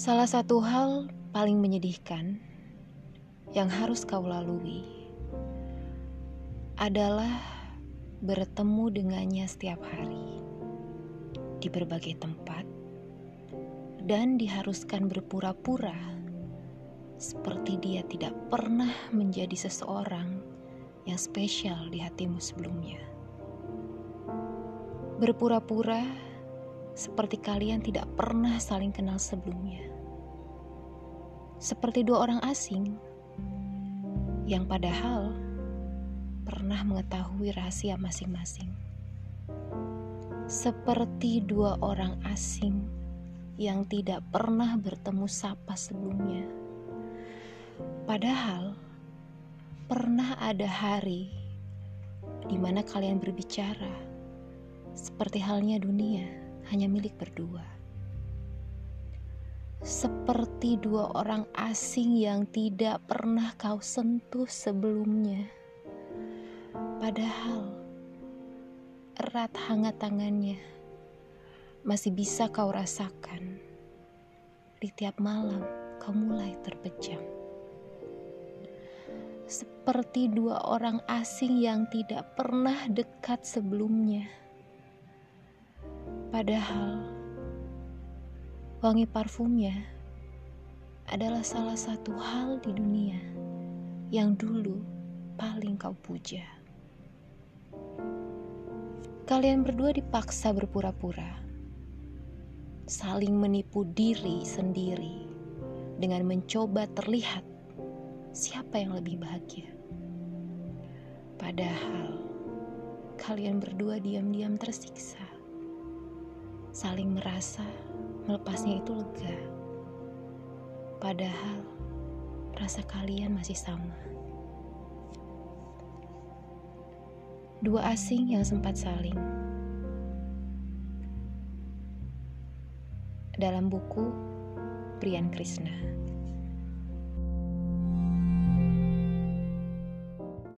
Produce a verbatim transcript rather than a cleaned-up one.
Salah satu hal paling menyedihkan yang harus kau lalui adalah bertemu dengannya setiap hari di berbagai tempat dan diharuskan berpura-pura seperti dia tidak pernah menjadi seseorang yang spesial di hatimu sebelumnya. Berpura-pura seperti kalian tidak pernah saling kenal sebelumnya. Seperti dua orang asing yang padahal pernah mengetahui rahasia masing-masing. Seperti dua orang asing yang tidak pernah bertemu sapa sebelumnya. Padahal pernah ada hari di mana kalian berbicara seperti halnya dunia hanya milik berdua. Seperti dua orang asing yang tidak pernah kau sentuh sebelumnya. Padahal erat hangat tangannya masih bisa kau rasakan. Di tiap malam kau mulai terpejam. Seperti dua orang asing yang tidak pernah dekat sebelumnya. Padahal wangi parfumnya adalah salah satu hal di dunia yang dulu paling kau puja. Kalian berdua dipaksa berpura-pura, saling menipu diri sendiri dengan mencoba terlihat siapa yang lebih bahagia. Padahal kalian berdua diam-diam tersiksa, saling merasa melepasnya itu lega. Padahal rasa kalian masih sama. Dua asing yang sempat saling. Dalam buku Brian Krishna.